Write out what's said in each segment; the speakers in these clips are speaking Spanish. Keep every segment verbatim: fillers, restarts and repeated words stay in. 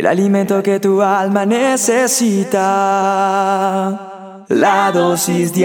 el alimento que tu alma necesita, la dosis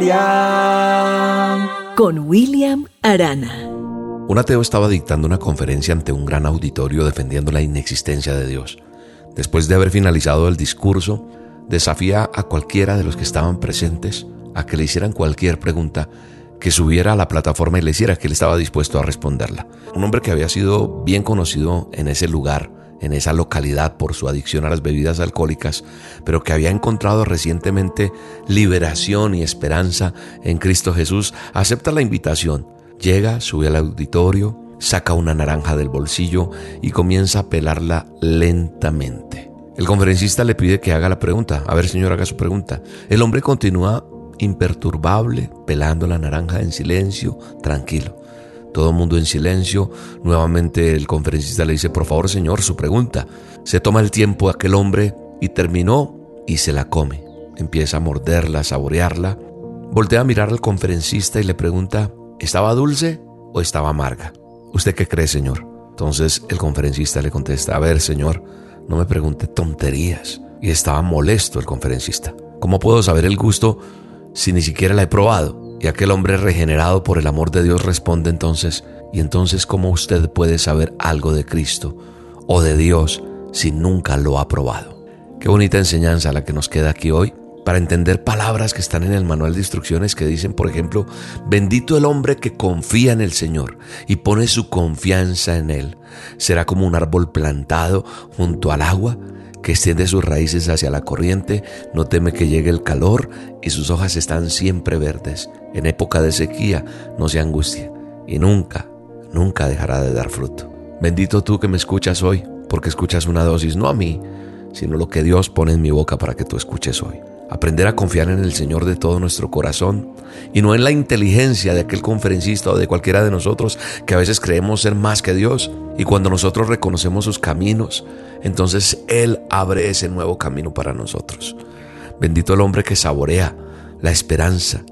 diaria. Con William Arana. Un ateo estaba dictando una conferencia ante un gran auditorio defendiendo la inexistencia de Dios. Después de haber finalizado el discurso, desafía a cualquiera de los que estaban presentes a que le hicieran cualquier pregunta, que subiera a la plataforma y le hiciera, que él estaba dispuesto a responderla. Un hombre que había sido bien conocido en ese lugar, en esa localidad, por su adicción a las bebidas alcohólicas, pero que había encontrado recientemente liberación y esperanza en Cristo Jesús, acepta la invitación. Llega, sube al auditorio, saca una naranja del bolsillo y comienza a pelarla lentamente. El conferencista le pide que haga la pregunta. A ver, señor, haga su pregunta. El hombre continúa imperturbable, pelando la naranja en silencio, tranquilo. Todo el mundo en silencio. Nuevamente el conferencista le dice: por favor, señor, su pregunta. Se toma el tiempo aquel hombre y terminó y se la come. Empieza a morderla, a saborearla. Voltea a mirar al conferencista y le pregunta: ¿estaba dulce o estaba amarga? ¿Usted qué cree, señor? Entonces el conferencista le contesta: a ver, señor, no me pregunte tonterías. Y estaba molesto el conferencista. ¿Cómo puedo saber el gusto si ni siquiera la he probado? Y aquel hombre, regenerado por el amor de Dios, responde entonces: ¿y entonces cómo usted puede saber algo de Cristo o de Dios si nunca lo ha probado? Qué bonita enseñanza la que nos queda aquí hoy, para entender palabras que están en el manual de instrucciones que dicen, por ejemplo: bendito el hombre que confía en el Señor y pone su confianza en Él. Será como un árbol plantado junto al agua, que extiende sus raíces hacia la corriente, no teme que llegue el calor y sus hojas están siempre verdes. En época de sequía no se angustia y nunca, nunca dejará de dar fruto. Bendito tú que me escuchas hoy, porque escuchas una dosis, no a mí, sino lo que Dios pone en mi boca para que tú escuches hoy. Aprender a confiar en el Señor de todo nuestro corazón y no en la inteligencia de aquel conferencista o de cualquiera de nosotros que a veces creemos ser más que Dios. Y cuando nosotros reconocemos sus caminos, entonces Él abre ese nuevo camino para nosotros. Bendito el hombre que saborea la esperanza,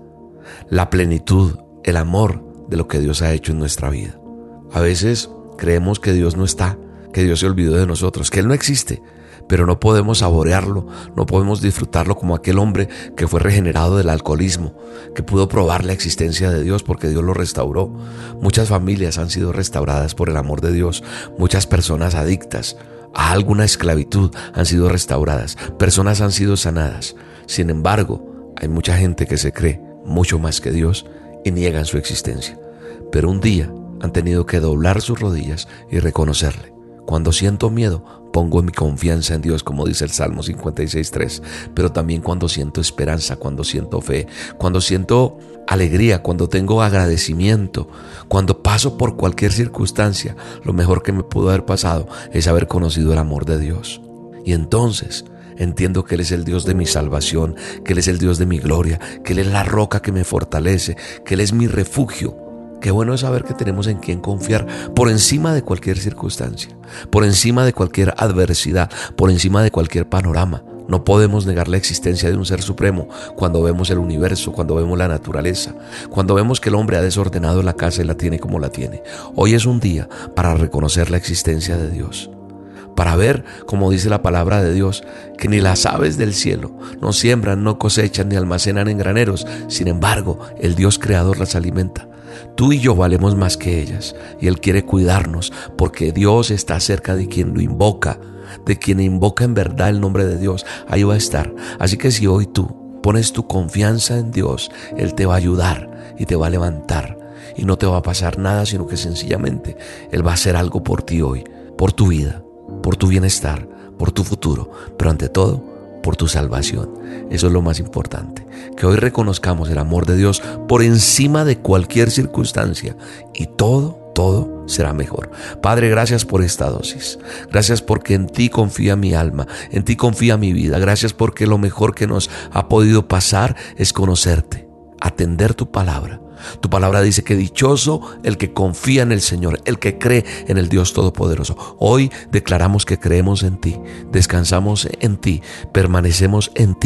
la plenitud, el amor de lo que Dios ha hecho en nuestra vida. A veces creemos que Dios no está, que Dios se olvidó de nosotros, que Él no existe. Pero no podemos saborearlo, no podemos disfrutarlo como aquel hombre que fue regenerado del alcoholismo, que pudo probar la existencia de Dios porque Dios lo restauró. Muchas familias han sido restauradas por el amor de Dios. Muchas personas adictas a alguna esclavitud han sido restauradas. Personas han sido sanadas. Sin embargo, hay mucha gente que se cree mucho más que Dios y niegan su existencia. Pero un día han tenido que doblar sus rodillas y reconocerle. Cuando siento miedo, pongo mi confianza en Dios, como dice el Salmo cincuenta y seis tres. Pero también cuando siento esperanza, cuando siento fe, cuando siento alegría, cuando tengo agradecimiento, cuando paso por cualquier circunstancia, lo mejor que me pudo haber pasado es haber conocido el amor de Dios. Y entonces entiendo que Él es el Dios de mi salvación, que Él es el Dios de mi gloria, que Él es la roca que me fortalece, que Él es mi refugio. Qué bueno es saber que tenemos en quien confiar por encima de cualquier circunstancia, por encima de cualquier adversidad, por encima de cualquier panorama. No podemos negar la existencia de un ser supremo cuando vemos el universo, cuando vemos la naturaleza, cuando vemos que el hombre ha desordenado la casa y la tiene como la tiene. Hoy es un día para reconocer la existencia de Dios, para ver, como dice la palabra de Dios, que ni las aves del cielo no siembran, no cosechan ni almacenan en graneros. Sin embargo, el Dios creador las alimenta. Tú y yo valemos más que ellas y Él quiere cuidarnos porque Dios está cerca de quien lo invoca, de quien invoca en verdad el nombre de Dios. Ahí va a estar. Así que si hoy tú pones tu confianza en Dios, Él te va a ayudar y te va a levantar y no te va a pasar nada, sino que sencillamente Él va a hacer algo por ti hoy, por tu vida, por tu bienestar, por tu futuro, pero ante todo, por tu salvación. Eso es lo más importante, que hoy reconozcamos el amor de Dios por encima de cualquier circunstancia y todo, todo será mejor. Padre, gracias por esta dosis. Gracias porque en ti confía mi alma, en ti confía mi vida. Gracias porque lo mejor que nos ha podido pasar es conocerte, atender tu palabra. Tu palabra dice que dichoso el que confía en el Señor, el que cree en el Dios Todopoderoso. Hoy declaramos que creemos en ti, descansamos en ti, permanecemos en ti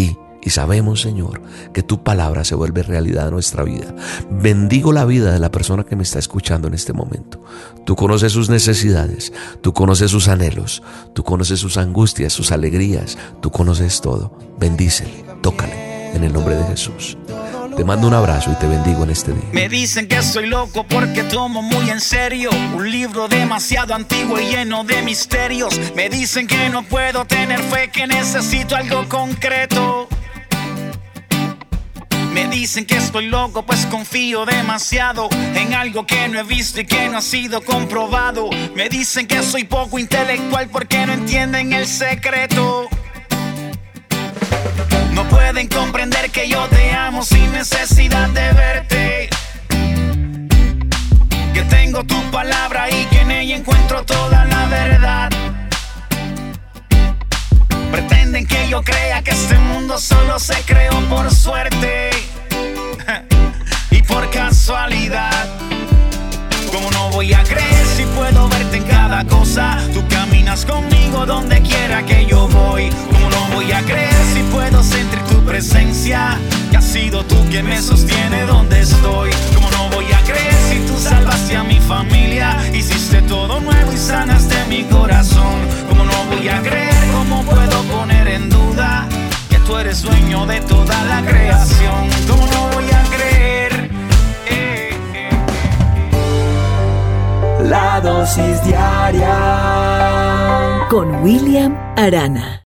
Y sabemos, Señor, que tu palabra se vuelve realidad en nuestra vida. Bendigo la vida de la persona que me está escuchando en este momento. Tú conoces sus necesidades, tú conoces sus anhelos, tú conoces sus angustias, sus alegrías, tú conoces todo. Bendícele, tócale, en el nombre de Jesús. Te mando un abrazo y te bendigo en este día. Me dicen que soy loco porque tomo muy en serio un libro demasiado antiguo y lleno de misterios. Me dicen que no puedo tener fe, que necesito algo concreto. Me dicen que estoy loco pues confío demasiado en algo que no he visto y que no ha sido comprobado. Me dicen que soy poco intelectual porque no entienden el secreto. No pueden comprender que yo te amo sin necesidad de verte, que tengo tu palabra y que en ella encuentro toda la verdad. Pretenden que yo crea que este mundo solo se creó por suerte y por casualidad. ¿Cómo no voy a creer si puedo verte en cada cosa? Tú caminas conmigo donde quiera que yo voy. ¿Cómo no voy a creer si puedo sentir tu presencia? Que has sido tú quien me sostiene donde estoy. ¿Cómo no voy a creer si tú salvaste a mi familia? Hiciste todo nuevo y sanaste mi corazón. ¿Cómo no voy a creer? ¿Cómo puedo poner en duda que tú eres dueño de toda la creación? ¿Cómo no voy a creer? Eh, eh. La dosis diaria con William Arana.